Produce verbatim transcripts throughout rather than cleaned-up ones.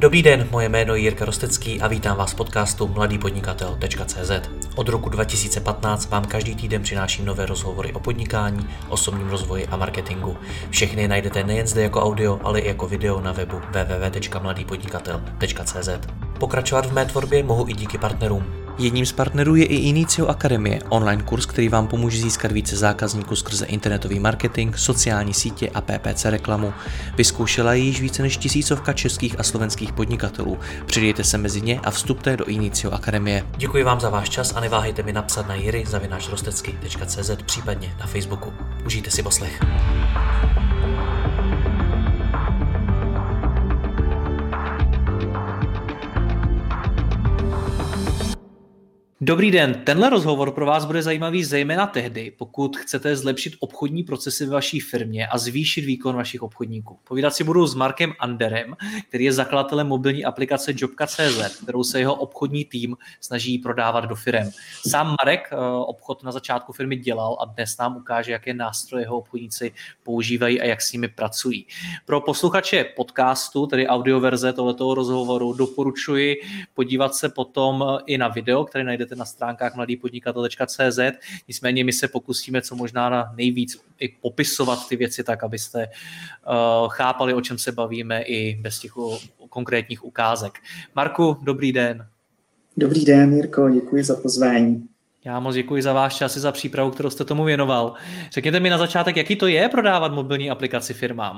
Dobrý den, moje jméno je Jirka Rostecký a vítám vás v podcastu mladý podnikatel tečka cé zet. Od roku dva tisíce patnáct vám každý týden přináším nové rozhovory o podnikání, osobním rozvoji a marketingu. Všechny najdete nejen zde jako audio, ale i jako video na webu w w w tečka mladý podnikatel tečka cé zet. Pokračovat v mé tvorbě mohu i díky partnerům. Jedním z partnerů je i Inicio Akademie, online kurz, který vám pomůže získat více zákazníků skrze internetový marketing, sociální sítě a P P C reklamu. Vyzkoušela ji již více než tisícovka českých a slovenských podnikatelů. Přidejte se mezi ně a vstupte do Inicio Akademie. Děkuji vám za váš čas a neváhejte mi napsat na jiry zavináč rostecky tečka cé zet, případně na Facebooku. Užijte si poslech. Dobrý den, tenhle rozhovor pro vás bude zajímavý zejména tehdy, pokud chcete zlepšit obchodní procesy ve vaší firmě a zvýšit výkon vašich obchodníků. Povídat si budu s Markem Anderem, který je zakladatelem mobilní aplikace job tečka cé zet, kterou se jeho obchodní tým snaží prodávat do firem. Sám Marek obchod na začátku firmy dělal a dnes nám ukáže, jaké nástroje jeho obchodníci používají a jak s nimi pracují. Pro posluchače podcastu, tedy audioverze tohoto rozhovoru, doporučuji podívat se potom i na video, které najdete na stránkách mladý podnikatel tečka cé zet. Nicméně my se pokusíme co možná na nejvíc i popisovat ty věci tak, abyste uh, chápali, o čem se bavíme i bez těch uh, konkrétních ukázek. Marku, dobrý den. Dobrý den, Jirko, děkuji za pozvání. Já moc děkuji za váš čas i za přípravu, kterou jste tomu věnoval. Řekněte mi na začátek, jaký to je prodávat mobilní aplikaci firmám?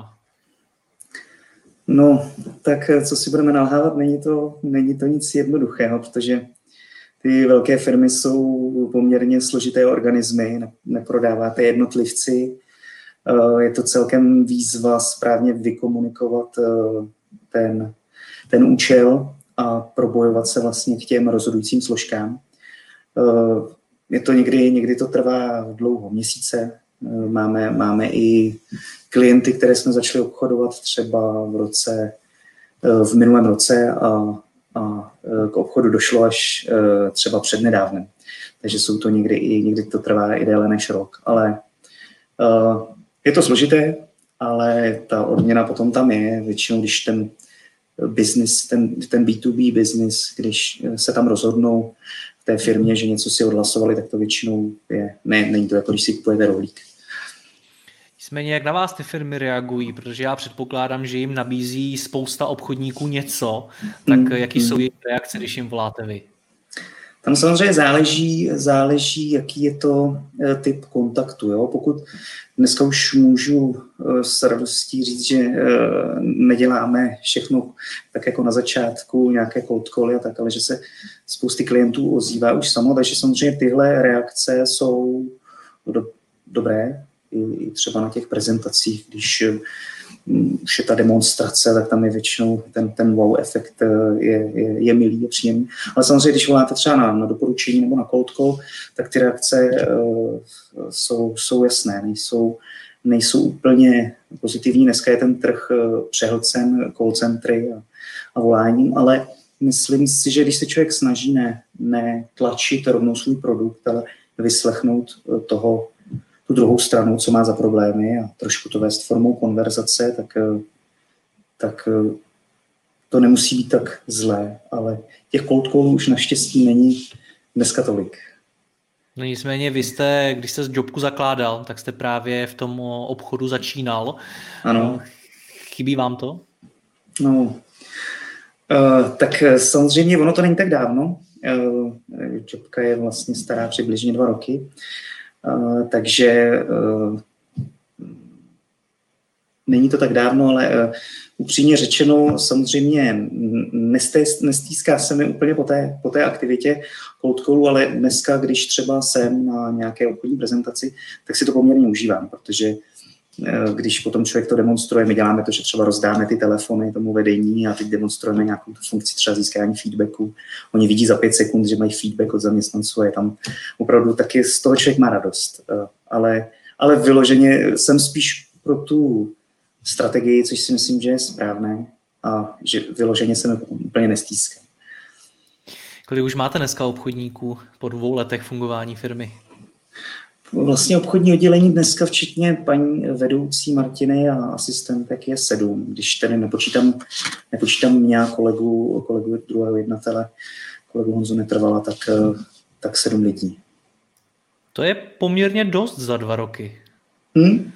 No, tak co si budeme nalhávat, není to, není to nic jednoduchého, protože ty velké firmy jsou poměrně složité organismy, neprodáváte jednotlivci, je to celkem výzva správně vykomunikovat ten, ten účel a probojovat se vlastně k těm rozhodujícím složkám. Je to někdy, někdy to trvá dlouho, měsíce. Máme, máme i klienty, které jsme začali obchodovat třeba v roce, v minulém roce a a k obchodu došlo až třeba přednedávnem. Takže jsou to někdy i někdy to trvá i déle než rok. Ale je to složité, ale ta odměna potom tam je. Většinou, když ten business, ten, ten bé dvě bé business, když se tam rozhodnou v té firmě, že něco si odhlasovali, tak to většinou je. Ne, není to jako, když si kupujete rohlík. Nicméně, jak na vás ty firmy reagují, protože já předpokládám, že jim nabízí spousta obchodníků něco, tak mm, jaký mm. jsou jejich reakce, když jim voláte vy? Tam samozřejmě záleží, záleží, jaký je to typ kontaktu. Jo? Pokud dneska už můžu s radostí říct, že neděláme všechno tak jako na začátku, nějaké cold cally a tak, ale že se spousty klientů ozývá už samo, takže samozřejmě tyhle reakce jsou do, dobré. I třeba na těch prezentacích, když už je ta demonstrace, tak tam je většinou ten, ten wow efekt je, je, je milý, je příjemný. Ale samozřejmě, když voláte třeba na, na doporučení nebo na cold call, tak ty reakce uh, jsou, jsou jasné, nejsou, nejsou úplně pozitivní. Dneska je ten trh uh, přehlcen call centry a, a voláním, ale myslím si, že když se člověk snaží ne, ne tlačit rovnou svůj produkt, ale vyslechnout uh, toho tu druhou stranu, co má za problémy a trošku to vést formou konverzace, tak, tak to nemusí být tak zlé, ale těch cold callů už naštěstí není dneska tolik. No nicméně vy jste, když jste z Jobku zakládal, tak jste právě v tom obchodu začínal. Ano. Chybí vám to? No, uh, tak samozřejmě ono to není tak dávno. Uh, Jobka je vlastně stará přibližně dva roky. Uh, takže uh, není to tak dávno, ale uh, upřímně řečeno samozřejmě nestýská se mi úplně po té, po té aktivitě cold callu, ale dneska, když třeba jsem na nějaké obchodní prezentaci, tak si to poměrně užívám, protože uh, když potom člověk to demonstruje, my děláme to, že třeba rozdáme ty telefony tomu vedení a teď demonstrujeme nějakou funkci třeba získání feedbacku. Oni vidí za pět sekund, že mají feedback od zaměstnanců a je tam opravdu taky z toho člověk má radost. Ale, ale vyloženě jsem spíš pro tu strategii, což si myslím, že je správné a že vyloženě se mi úplně nestýská. Kolik už máte dneska obchodníků po dvou letech fungování firmy? Vlastně obchodní oddělení dneska, včetně paní vedoucí Martiny a asistentek, je sedm. Když tedy nepočítám, nepočítám mě a kolegu, kolegu druhého jednatele, kolegu Honzu Netrvala, tak, tak sedm lidí. To je poměrně dost za dva roky. Hmm.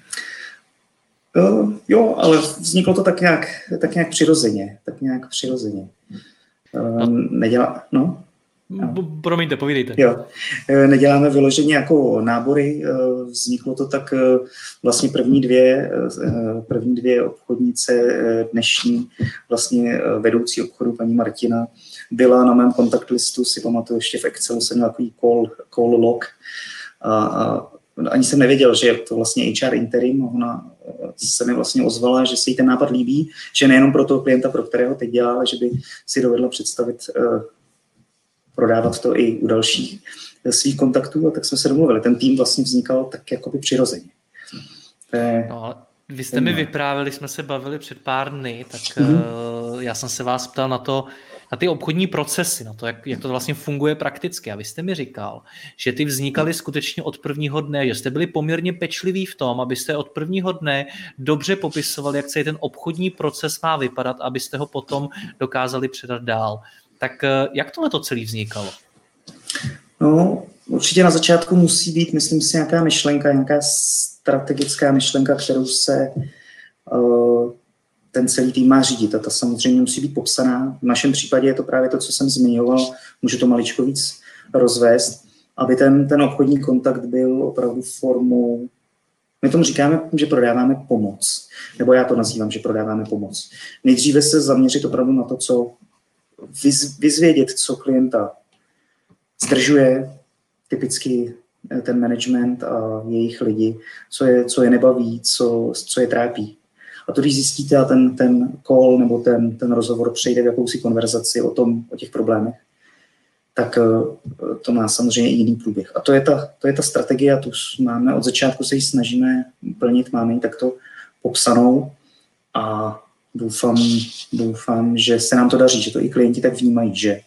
Uh, jo, ale vzniklo to tak nějak, tak nějak přirozeně. Tak nějak přirozeně. Uh, no. Nedělá, no? No. Promiňte, povídejte. Jo. Neděláme vyloženě jako nábory, vzniklo to tak vlastně první dvě, první dvě obchodnice dnešní, vlastně vedoucí obchodu paní Martina, byla na mém kontakt listu, si pamatuju ještě v Excelu, jsem měl takový call, call log a, a ani jsem nevěděl, že je to vlastně H R interim, ona se mi vlastně ozvala, že se jí ten nápad líbí, že nejenom pro toho klienta, pro kterého teď dělá, ale že by si dovedla představit prodávat to i u dalších svých kontaktů, a tak jsme se domluvili. Ten tým vlastně vznikal tak jakoby přirozeně. Je, no, vy jste mi vyprávěli, jsme se bavili před pár dny, tak mm-hmm. uh, já jsem se vás ptal na to, na ty obchodní procesy, na to, jak, jak to vlastně funguje prakticky. A vy jste mi říkal, že ty vznikaly skutečně od prvního dne, že jste byli poměrně pečliví v tom, abyste od prvního dne dobře popisovali, jak celý ten obchodní proces má vypadat, abyste ho potom dokázali předat dál. Tak jak tohle to celý vznikalo? No, určitě na začátku musí být, myslím si, nějaká myšlenka, nějaká strategická myšlenka, kterou se uh, ten celý tým má řídit. A ta samozřejmě musí být popsaná. V našem případě je to právě to, co jsem zmiňoval, můžu to maličko víc rozvést, aby ten, ten obchodní kontakt byl opravdu formou, my tomu říkáme, že prodáváme pomoc. Nebo já to nazývám, že prodáváme pomoc. Nejdříve se zaměřit opravdu na to, co vyzvědět, co klienta zdržuje, typicky ten management a jejich lidi, co je, co je nebaví, co, co je trápí. A to, když zjistíte a ten, ten call nebo ten, ten rozhovor přejde v jakousi konverzaci o tom, o těch problémech, tak to má samozřejmě i jiný průběh. A to je ta, to je ta strategie, a tu máme od začátku, se ji snažíme plnit, máme ji takto popsanou a Doufám, doufám, že se nám to daří, že to i klienti tak vnímají, že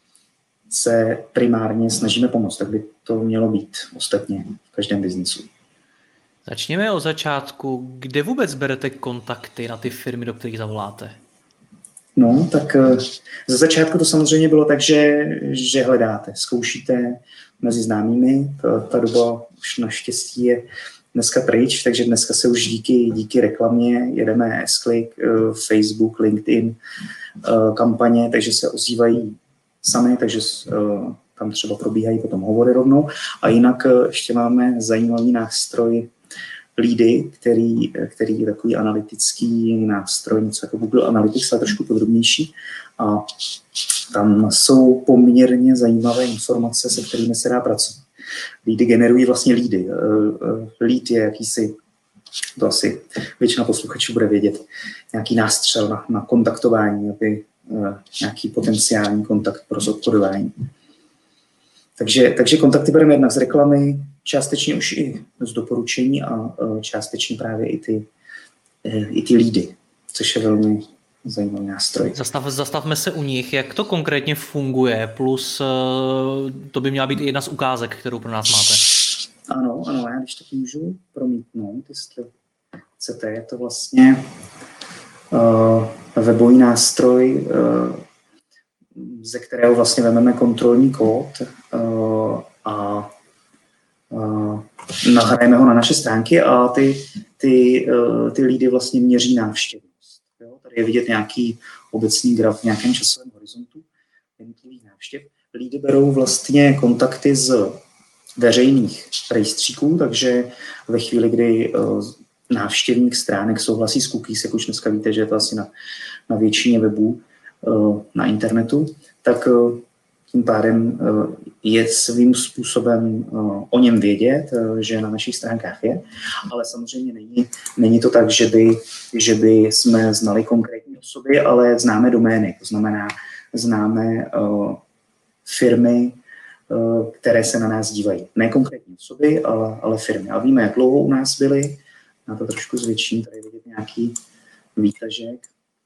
se primárně snažíme pomoct, tak by to mělo být ostatně v každém biznisu. Začněme od začátku. Kde vůbec berete kontakty na ty firmy, do kterých zavoláte? No, tak ze začátku to samozřejmě bylo tak, že, že hledáte, zkoušíte mezi známými. Ta, ta doba už naštěstí je dneska pryč, takže dneska se už díky, díky reklamě jedeme S-Click, Facebook, LinkedIn, kampaně, takže se ozývají sami, takže tam třeba probíhají potom hovory rovnou. A jinak ještě máme zajímavý nástroj Leady, který, který je takový analytický nástroj, něco jako Google Analytics, ale trošku podrobnější. A tam jsou poměrně zajímavé informace, se kterými se dá pracovat. Leady generují vlastně leady. Lead je jakýsi, to asi většina posluchačů bude vědět, nějaký nástřel na, na kontaktování, aby nějaký potenciální kontakt pro zobchodování. Takže, takže kontakty bereme jednak z reklamy, částečně už i z doporučení a částečně právě i ty, i ty leady, což je velmi zajímavý nástroj. Zastav, zastavme se u nich, jak to konkrétně funguje, plus to by měla být i jedna z ukázek, kterou pro nás máte. Ano, ano, já když tak můžu promítnout, jestli chcete, je to vlastně uh, webový nástroj, uh, ze kterého vlastně vezmeme kontrolní kód uh, a uh, nahrajeme ho na naše stránky a ty, ty, uh, ty leady vlastně měří návštěvnost. Jo? Tady je vidět nějaký obecný graf v nějakém časovém horizontu jednotlivých návštěv. Leady berou vlastně kontakty z veřejných rejstříků, takže ve chvíli, kdy uh, návštěvník stránek souhlasí s cookies, jak už dneska víte, že je to asi na, na většině webů uh, na internetu, tak uh, tím pádem uh, je svým způsobem uh, o něm vědět, uh, že na našich stránkách je, ale samozřejmě není, není to tak, že by, že by jsme znali konkrétní osoby, ale známe domény, to znamená, známe uh, firmy, které se na nás dívají. Ne konkrétní osoby, ale, ale firmy. A víme, jak dlouho u nás byly. Na to trošku zvětším, tady vidět nějaký výtažek.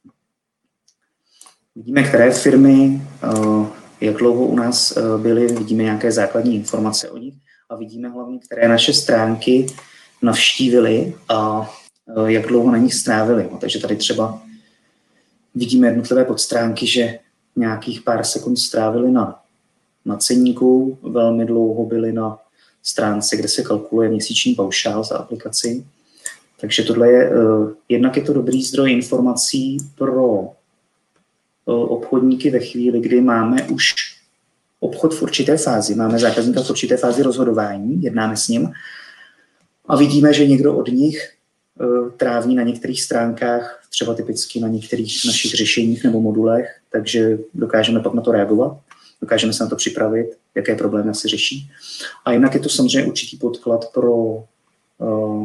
Vidíme, které firmy, jak dlouho u nás byly, vidíme nějaké základní informace o nich a vidíme hlavně, které naše stránky navštívili a jak dlouho na nich strávili. No, takže tady třeba vidíme jednotlivé podstránky, že nějakých pár sekund strávili na, na ceníku, velmi dlouho byli na stránce, kde se kalkuluje měsíční paušál za aplikaci. Takže tohle je, jednak je to dobrý zdroj informací pro obchodníky ve chvíli, kdy máme už obchod v určité fázi, máme zákazníka v určité fázi rozhodování, jednáme s ním a vidíme, že někdo od nich tráví na některých stránkách, třeba typicky na některých našich řešeních nebo modulech, takže dokážeme pak na to reagovat, dokážeme se na to připravit, jaké problémy se řeší. A jinak je to samozřejmě určitý podklad pro, uh,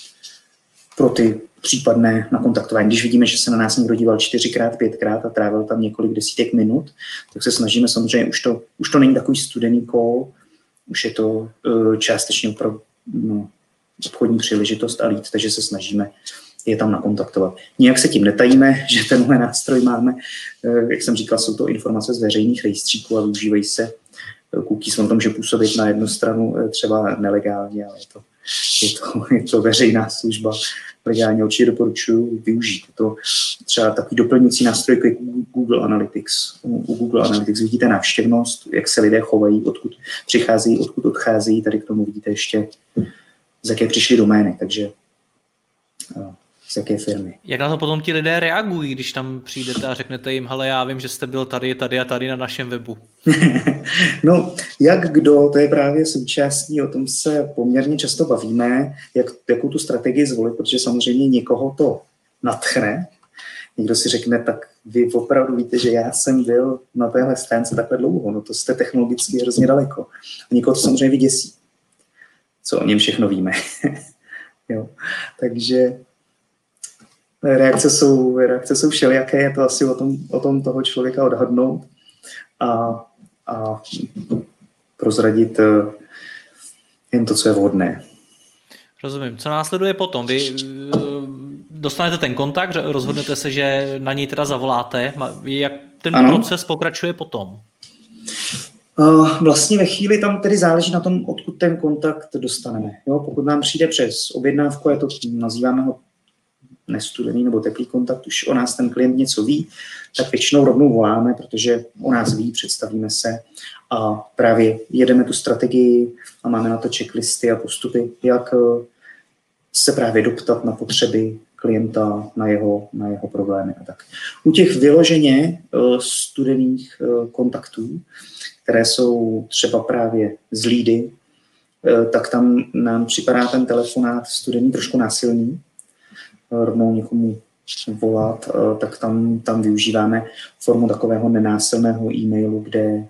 pro ty případné nakontaktování. Když vidíme, že se na nás někdo díval čtyřikrát, pětkrát a trávil tam několik desítek minut, tak se snažíme samozřejmě, už to, už to není takový studený call, už je to uh, částečně opravdu no, obchodní příležitost a lead, takže se snažíme je tam nakontaktovat. Nijak se tím netajíme, že tenhle nástroj máme, jak jsem říkal, jsou to informace z veřejných rejstříků a využívají se cookies, o tom, že působit na jednu stranu třeba nelegálně, ale je to, je to, je to veřejná služba. Legálně určitě doporučuji využít. Je to třeba takový doplňující nástroj jako Google Analytics. U Google Analytics vidíte návštěvnost, jak se lidé chovají, odkud přicházejí, odkud odcházejí. Tady k tomu vidíte ještě, z jaké přišly domény, takže z jaké firmy. Jak na to potom ti lidé reagují, když tam přijdete a řeknete jim, hele, já vím, že jste byl tady, tady a tady na našem webu? No, jak kdo, to je právě součástí, o tom se poměrně často bavíme, jak, jakou tu strategii zvolit, protože samozřejmě někoho to nadchne. Někdo si řekne, tak vy opravdu víte, že já jsem byl na téhle stránce takhle dlouho, no to jste technologicky hrozně daleko. A někoho to samozřejmě vyděsí, co o něm všechno víme. Jo. Takže reakce jsou, reakce jsou všelijaké, je to asi o tom, o tom toho člověka odhadnout a, a prozradit jen to, co je vhodné. Rozumím. Co následuje potom? Vy dostanete ten kontakt, rozhodnete se, že na něj teda zavoláte. Jak ten ano. proces pokračuje potom? Vlastně ve chvíli tam tedy záleží na tom, odkud ten kontakt dostaneme. Jo, pokud nám přijde přes objednávku, je to, nazýváme ho nestudený nebo teplý kontakt, už o nás ten klient něco ví, tak většinou rovnou voláme, protože o nás ví, představíme se a právě jedeme tu strategii a máme na to checklisty a postupy, jak se právě doptat na potřeby klienta, na jeho, na jeho problémy a tak. U těch vyloženě studených kontaktů, které jsou třeba právě z lídy, tak tam nám připadá ten telefonát studený trošku násilný, rovnou někomu volat, tak tam, tam využíváme formu takového nenásilného e-mailu, kde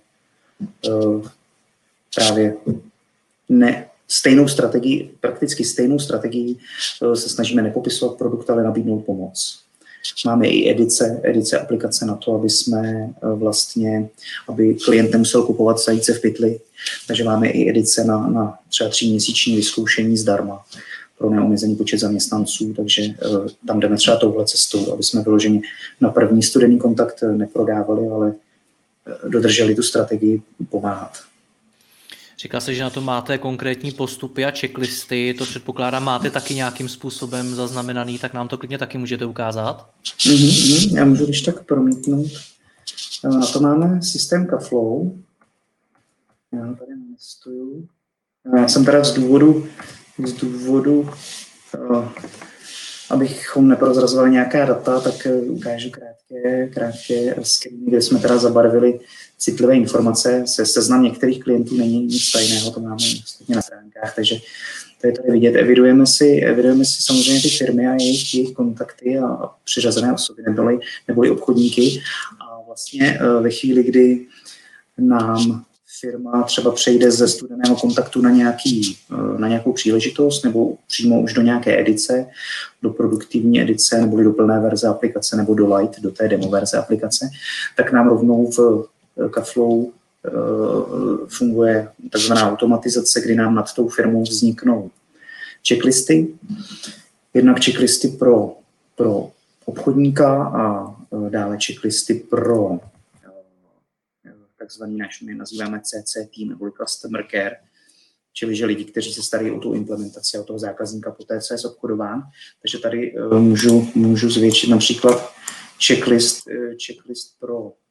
právě ne, stejnou strategii, prakticky stejnou strategii se snažíme nepopisovat produkt, ale nabídnout pomoc. Máme i edice, edice aplikace na to, aby jsme vlastně, aby klient nemusel kupovat zajíce v pytli, takže máme i edice na, na třeba tříměsíční vyzkoušení zdarma pro neomezený počet zaměstnanců, takže uh, tam jdeme třeba touhle cestou, aby jsme vyloženě na první studený kontakt neprodávali, ale dodrželi tu strategii pomáhat. Říká se, že na to máte konkrétní postupy a checklisty, to předpokládám, máte taky nějakým způsobem zaznamenaný, tak nám to klidně taky můžete ukázat. Mm-hmm, já můžu když tak promítnout. Na to máme systém Kaflow. Já tady nestuju. Já jsem teda z důvodu z důvodu, uh, abychom neprozrazovali nějaká data, tak uh, ukážu krátké, krátké screeny, kde jsme teda zabarvili citlivé informace. Se seznam některých klientů není nic tajného, to máme ostatně na stránkách, takže to je tady vidět. Evidujeme si, evidujeme si samozřejmě ty firmy a jejich, jejich kontakty a, a přiřazené osoby neboli, neboli obchodníky. A vlastně uh, ve chvíli, kdy nám firma třeba přejde ze studeného kontaktu na, nějaký, na nějakou příležitost nebo přímo už do nějaké edice, do produktivní edice nebo do plné verze aplikace nebo do light, do té demo verze aplikace, tak nám rovnou v Kaflow funguje takzvaná automatizace, kdy nám nad tou firmou vzniknou checklisty. Jednak checklisty pro, pro obchodníka a dále checklisty pro takzvaný náš, my nazýváme C C tým nebo Customer Care, čili že lidi, kteří se starají o tu implementaci a o toho zákazníka poté, co je obchodován. Takže tady uh, můžu, můžu zvětšit například checklist, uh, checklist pro uh,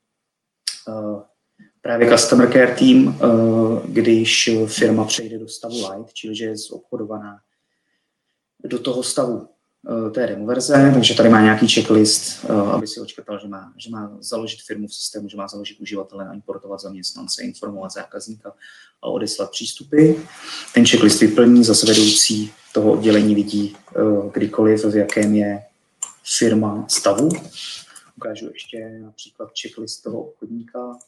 právě customer care team, uh, když firma přejde do stavu light, čili že je obchodovaná do toho stavu uh, té demo verze, takže tady má nějaký checklist, uh, aby si očekal, že má, že má založit firmu v systému, že má založit uživatele, importovat zaměstnance, informovat zákazníka a odeslat přístupy. Ten checklist vyplní, zase vedoucí toho oddělení vidí uh, kdykoliv, v jakém je firma stavu. Ukážu ještě například checklist toho obchodníka.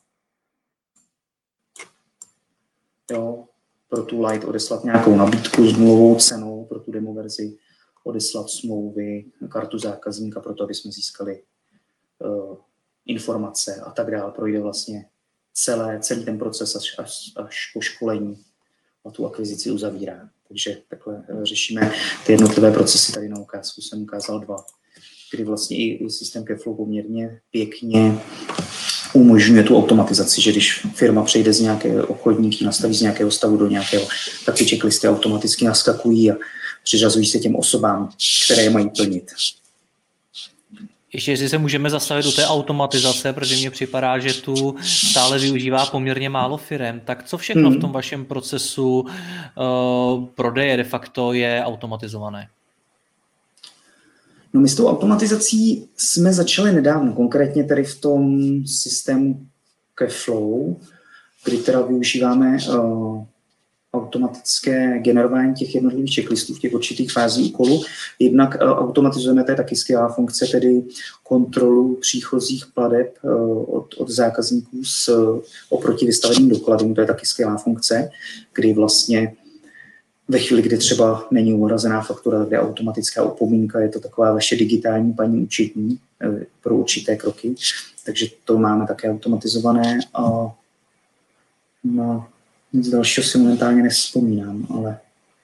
Jo, pro tu light odeslat nějakou nabídku s nulovou cenou, pro tu demo verzi odeslat smlouvy, kartu zákazníka, pro to, aby jsme získali uh, informace a tak dále. Projde vlastně celé, celý ten proces až, až, až po školení a tu akvizici uzavírá. Takže takhle řešíme ty jednotlivé procesy. Tady na ukázku jsem ukázal dva, kdy vlastně i, i systém Keflow poměrně pěkně umožňuje tu automatizaci, že když firma přejde z nějakého obchodníky, nastaví z nějakého stavu do nějakého, tak ty checklisty automaticky naskakují a přiřazují se těm osobám, které je mají plnit. Ještě jestli se můžeme zastavit do té automatizace, protože mně připadá, že tu stále využívá poměrně málo firem, tak co všechno hmm. v tom vašem procesu uh, prodeje de facto je automatizované? No my s tou automatizací jsme začali nedávno, konkrétně tady v tom systému Keflow, kdy teda využíváme uh, automatické generování těch jednotlivých checklistů v těch určitých fází úkolu. Jednak uh, automatizujeme, to je taky skvělá funkce, tedy kontrolu příchozích plateb uh, od, od zákazníků s uh, oproti vystaveným dokladům, to je taky skvělá funkce, kdy vlastně ve chvíli, kdy třeba není uhrazená faktura, tak je automatická upomínka, je to taková vaše digitální paní účetní pro určité kroky, takže to máme také automatizované a no, nic dalšího si momentálně nevzpomínám, ale...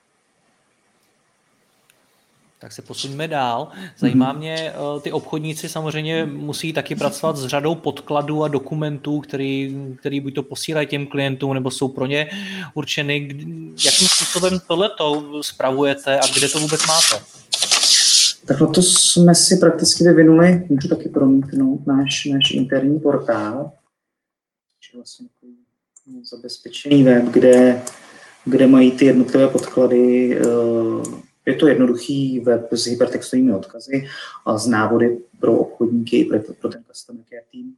Tak se posuňme dál. Zajímá mm-hmm. mě, ty obchodníci samozřejmě musí taky pracovat s řadou podkladů a dokumentů, který, který buď to posílají těm klientům, nebo jsou pro ně určeny. Jakým způsobem tohleto spravujete a kde to vůbec máte? Takhle to jsme si prakticky vyvinuli, můžu taky promítnout náš, náš interní portál, vlastně zabezpečený web, kde, kde mají ty jednotlivé podklady. Je to jednoduchý web s hypertextovými odkazy a z návody pro obchodníky i pro, pro ten customer care team,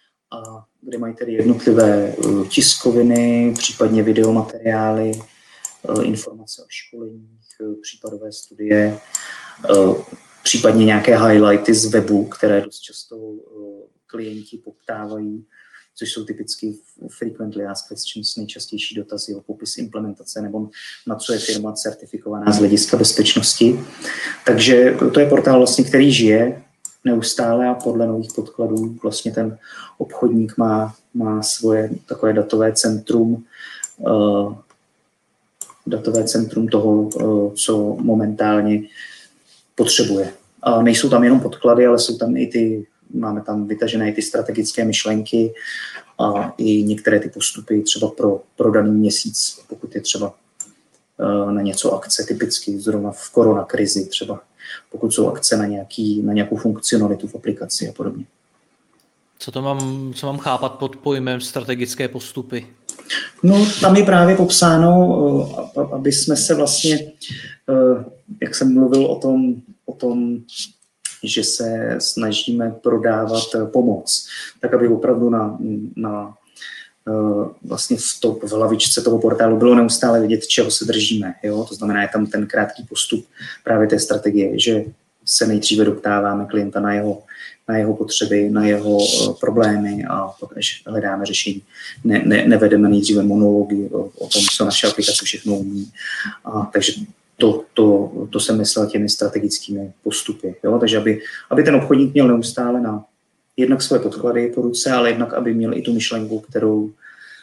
a kde mají tedy jednotlivé tiskoviny, případně videomateriály, informace o školeních, případové studie, případně nějaké highlighty z webu, které dost často klienti poptávají, což jsou typicky frequently asked questions, nejčastější dotazy o popis implementace nebo na co je firma certifikovaná z hlediska bezpečnosti. Takže to je portál, vlastně, který žije neustále a podle nových podkladů vlastně ten obchodník má, má svoje takové datové centrum, uh, datové centrum toho, uh, co momentálně potřebuje. A nejsou tam jenom podklady, ale jsou tam i ty Máme tam vytažené i ty strategické myšlenky a i některé ty postupy třeba pro, pro daný měsíc, pokud je třeba uh, na něco akce, typicky zrovna v koronakrizi, třeba pokud jsou akce na, nějaký, na nějakou funkcionalitu v aplikaci a podobně. Co to mám, co mám chápat pod pojmem strategické postupy? No, tam je právě popsáno, uh, aby jsme se vlastně, uh, jak jsem mluvil o tom, o tom že se snažíme prodávat pomoc, tak aby opravdu na, na vlastně v, to, v hlavičce toho portálu bylo neustále vidět, čeho se držíme. Jo? To znamená, je tam ten krátký postup právě té strategie, že se nejdříve doptáváme klienta na jeho, na jeho potřeby, na jeho problémy a potom hledáme řešení. Ne, ne, nevedeme nejdříve monology o, o tom, co naše aplikace všechno umí. A, takže To, to, to jsem myslel těmi strategickými postupy. Jo? Takže aby, aby ten obchodník měl neustále na jednak svoje podklady po ruce, ale jednak aby měl i tu myšlenku, kterou,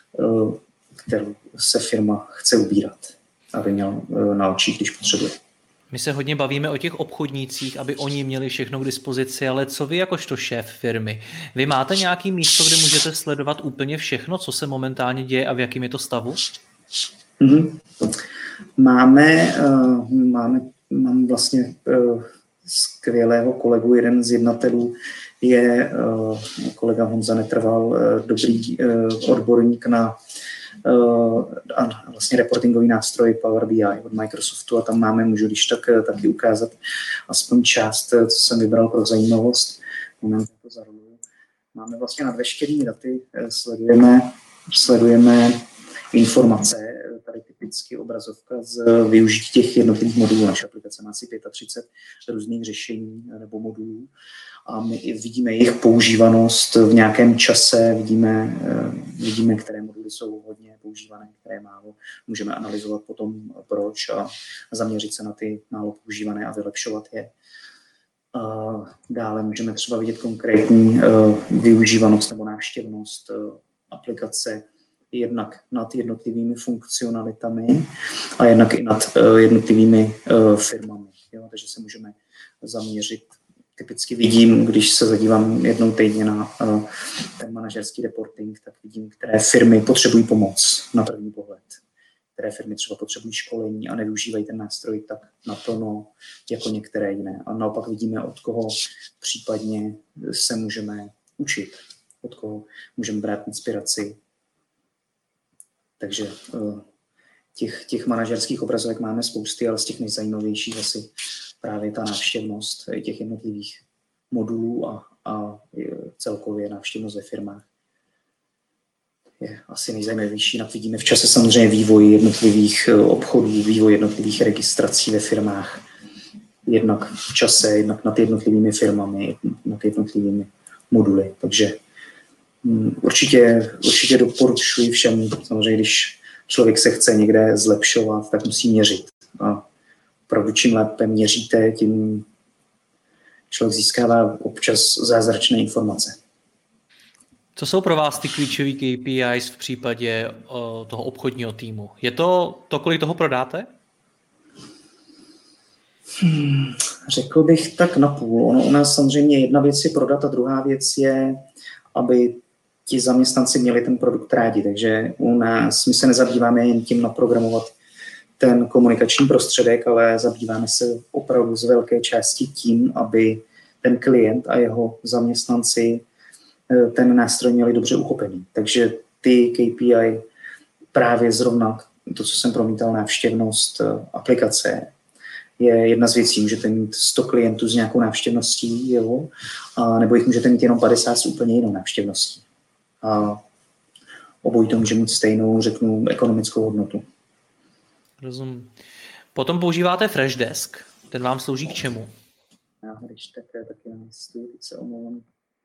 kterou se firma chce ubírat, aby měl na očích, když potřebuje. My se hodně bavíme o těch obchodnících, aby oni měli všechno k dispozici, ale co vy jakožto šéf firmy? Vy máte nějaké místo, kde můžete sledovat úplně všechno, co se momentálně děje a v jakém je to stavu? Mm-hmm. Máme, uh, máme, mám vlastně uh, skvělého kolegu, jeden z jednatelů je uh, kolega Honza Netrval, uh, dobrý uh, odborník na uh, a vlastně reportingový nástroj Power B I od Microsoftu a tam máme, můžu když tak uh, taky ukázat aspoň část, co jsem vybral pro zajímavost. Moment, to zaroluju. Máme vlastně nad veškerými daty, uh, sledujeme, sledujeme informace, tady typicky obrazovka z využití těch jednotlivých modulů. Naše aplikace má asi třicet pět různých řešení nebo modulů a my vidíme jejich používanost v nějakém čase, vidíme, vidíme, které moduly jsou hodně používané, které málo. Můžeme analyzovat potom proč a zaměřit se na ty málo používané a vylepšovat je. A dále můžeme třeba vidět konkrétní využívanost nebo návštěvnost aplikace jednak nad jednotlivými funkcionalitami a jednak i nad uh, jednotlivými uh, firmami. Jo? Takže se můžeme zaměřit. Typicky vidím, když se zadívám jednou týdně na uh, ten manažerský reporting, tak vidím, které firmy potřebují pomoc na první pohled. Které firmy třeba potřebují školení a nevyužívají ten nástroj tak naplno jako některé jiné. A naopak vidíme, od koho případně se můžeme učit, od koho můžeme brát inspiraci. Takže těch, těch manažerských obrazovek máme spousty, ale z těch nejzajímavějších asi právě ta návštěvnost těch jednotlivých modulů a, a celkově návštěvnost ve firmách je asi nejzajímavější. Jinak vidíme v čase samozřejmě vývoj jednotlivých obchodů, vývoj jednotlivých registrací ve firmách, jednak v čase, jednak nad jednotlivými firmami, nad jednotlivými moduly. Takže Určitě, určitě doporučuji všem, samozřejmě, když člověk se chce někde zlepšovat, tak musí měřit. A opravdu čím lépe měříte, tím člověk získává občas zázračné informace. Co jsou pro vás ty klíčové K P Is v případě o, toho obchodního týmu? Je to to, kolik toho prodáte? Hmm, řekl bych tak napůl. Ono u nás samozřejmě jedna věc je prodat a druhá věc je, aby ti zaměstnanci měli ten produkt rádi. Takže u nás my se nezabýváme jen tím naprogramovat ten komunikační prostředek, ale zabýváme se opravdu z velké části tím, aby ten klient a jeho zaměstnanci ten nástroj měli dobře uchopený. Takže ty K P I právě zrovna to, co jsem promítal, návštěvnost aplikace, je jedna z věcí. Můžete mít sto klientů s nějakou návštěvností, jo? A nebo jich můžete mít jenom padesát s úplně jinou návštěvností. A obojí to může mít stejnou, řeknu, ekonomickou hodnotu. Rozumím. Potom používáte Freshdesk. Ten vám slouží k čemu? Já když také taky namysluji, teď se omlouvám.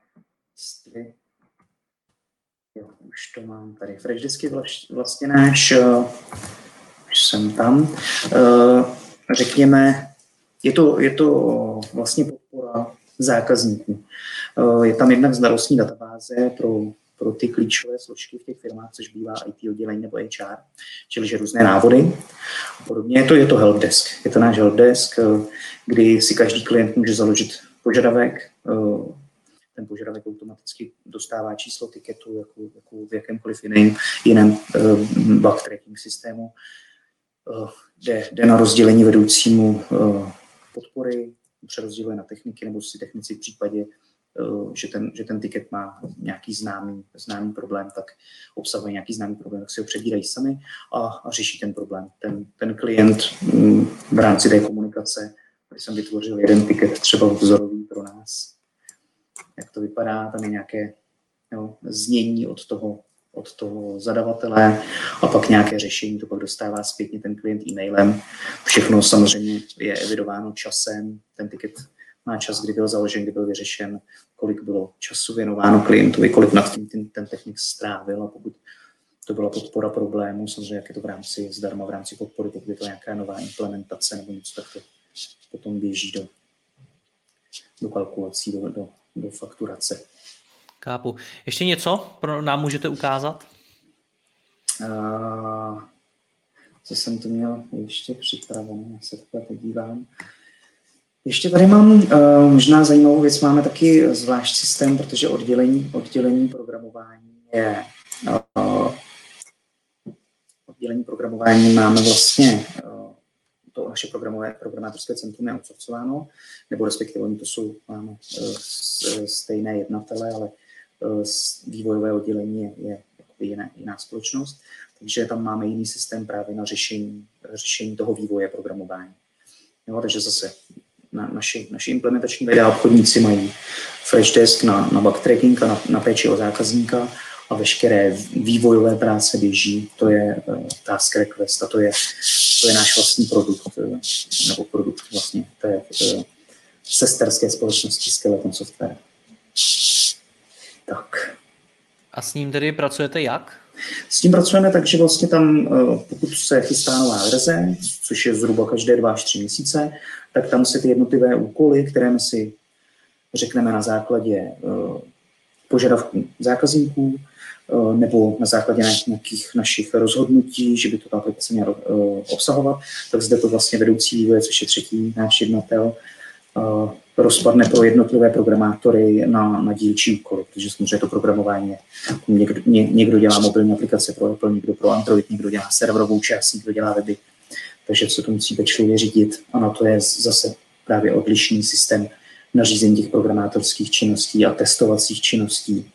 Jo, už to mám tady. Freshdesk je vlastně náš, už jsem tam, řekněme, je to, je to vlastně podpora zákazníků. Je tam jednak znalostní databáze pro, pro ty klíčové složky v těch firmách, což bývá I T oddělení nebo H R, čili že různé návody. A podobně je to, je to helpdesk. Je to náš helpdesk, kdy si každý klient může založit požadavek. Ten požadavek automaticky dostává číslo tiketu jako, jako v jakémkoliv jiném, jiném bug tracking systému. Jde, jde na rozdělení vedoucímu podpory, přerozděluje na techniky, nebo si technici v případě, že ten, že ten tiket má nějaký známý, známý problém, tak obsahuje nějaký známý problém, tak si ho přebírají sami a, a řeší ten problém. Ten, ten klient v rámci té komunikace, když jsem vytvořil jeden tiket třeba vzorový pro nás, jak to vypadá, tam je nějaké jo, znění od toho, od toho zadavatele a pak nějaké řešení, to pak dostává zpětně ten klient e-mailem. Všechno samozřejmě je evidováno časem, ten tiket má čas, kdy byl založen, kdy byl vyřešen, kolik bylo času věnováno klientovi, kolik nad tím ten, ten technik strávil a pokud to byla podpora problému, samozřejmě jak je to v rámci zdarma, v rámci podpory, pokud je to nějaká nová implementace nebo něco, tak to potom běží do, do kalkulací, do, do, do fakturace. Kápu. Ještě něco pro nám můžete ukázat? Uh, co jsem tu měl ještě připravené, já se takhle podívám. Ještě tady mám uh, možná zajímavou věc, máme taky zvlášť systém, protože oddělení, oddělení programování je uh, oddělení oddělení programování máme vlastně to naše programové, programátorské centrum je outsourcováno, nebo respektive oni to jsou, máme stejné jednatele, ale vývojové oddělení je, je jiná, jiná společnost, takže tam máme jiný systém právě na řešení, řešení toho vývoje programování. Jo, takže zase na, naši, naši implementační lidé a obchodníci mají fresh desk na, na backtracking a na, na péči o zákazníka a veškeré vývojové práce běží, to je uh, task request a to je, to je náš vlastní produkt, uh, nebo produkt vlastně té uh, sesterské společnosti Skeleton Software. Tak. A s ním tedy pracujete jak? S tím pracujeme tak, že vlastně tam, pokud se chystá nová verze, což je zhruba každé dva až tři měsíce, tak tam se ty jednotlivé úkoly, které my si řekneme na základě požadavků zákazníků nebo na základě nějakých našich rozhodnutí, že by to ta aplikace měla obsahovat, tak zde to vlastně vedoucí vývoje, což je třetí náš jednatel, rozpadne pro jednotlivé programátory na, na dílčí úkoly, protože samozřejmě to programování je. Někdo, ně, někdo dělá mobilní aplikace pro Apple, někdo pro Android, někdo dělá serverovou část, někdo dělá weby, takže se to musí pečlivě řídit a na to je zase právě odlišný systém nařízení těch programátorských činností a testovacích činností.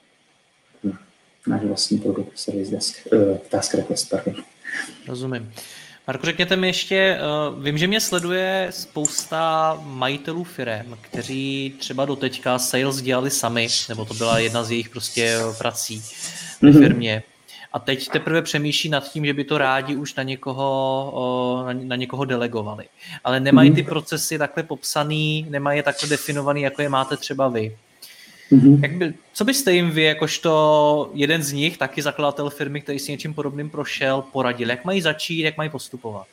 Náš vlastní produkt, Service Desk, uh, Task Request, pardon. Rozumím. Marko, řekněte mi ještě, uh, vím, že mě sleduje spousta majitelů firem, kteří třeba doteďka sales dělali sami, nebo to byla jedna z jejich prostě prací ve mm-hmm. firmě. A teď teprve přemýšlí nad tím, že by to rádi už na někoho, na, na někoho delegovali. Ale nemají ty procesy takhle popsaný, nemají je takhle definovaný, jako je máte třeba vy. Mm-hmm. Jak by, co byste jim vy, jakožto jeden z nich, taky zakladatel firmy, který si něčím podobným prošel, poradil? Jak mají začít, jak mají postupovat?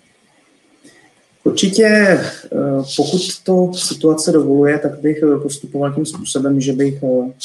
Určitě, pokud to situace dovoluje, tak bych postupoval tím způsobem, že bych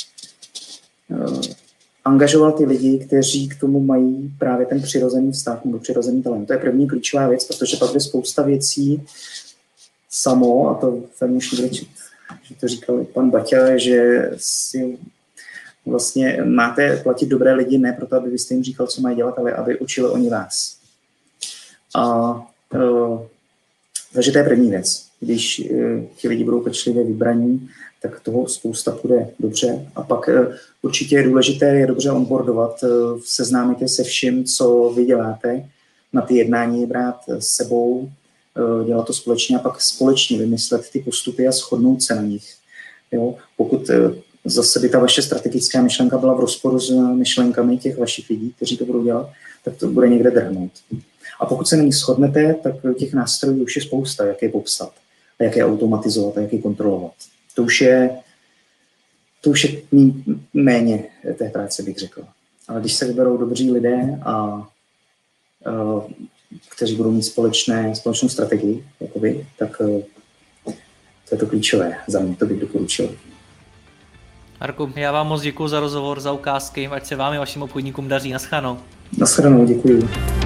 angažoval ty lidi, kteří k tomu mají právě ten přirozený vztah nebo přirozený talent. To je první klíčová věc, protože pak je spousta věcí samo, a to tam už někde čet, že to říkal pan Baťa, že si vlastně máte platit dobré lidi ne proto, aby vy jste jim říkal, co mají dělat, ale aby učili oni vás. A uh, takže to je první věc. Když uh, ti lidi budou pečlivě vybraní, tak toho spousta půjde dobře. A pak uh, určitě je důležité je dobře onboardovat, uh, seznámit je se vším, co vy děláte, na ty jednání brát s sebou, dělat to společně a pak společně vymyslet ty postupy a shodnout se na nich. Jo? Pokud zase by ta vaše strategická myšlenka byla v rozporu s myšlenkami těch vašich lidí, kteří to budou dělat, tak to bude někde drhnout. A pokud se na nich shodnete, tak těch nástrojů už je spousta, jak je popsat, a jak je automatizovat, a jak je kontrolovat. To už je, to už je méně té práce, bych řekl. Ale když se vyberou dobří lidé a, a kteří budou mít společné, společnou strategii, jako vy, tak to je to klíčové za mě, to bych doporučil. Marku, já vám moc děkuji za rozhovor, za ukázky, ať se vám i vašim obchodníkům daří. Naschledanou. Naschledanou, děkuji.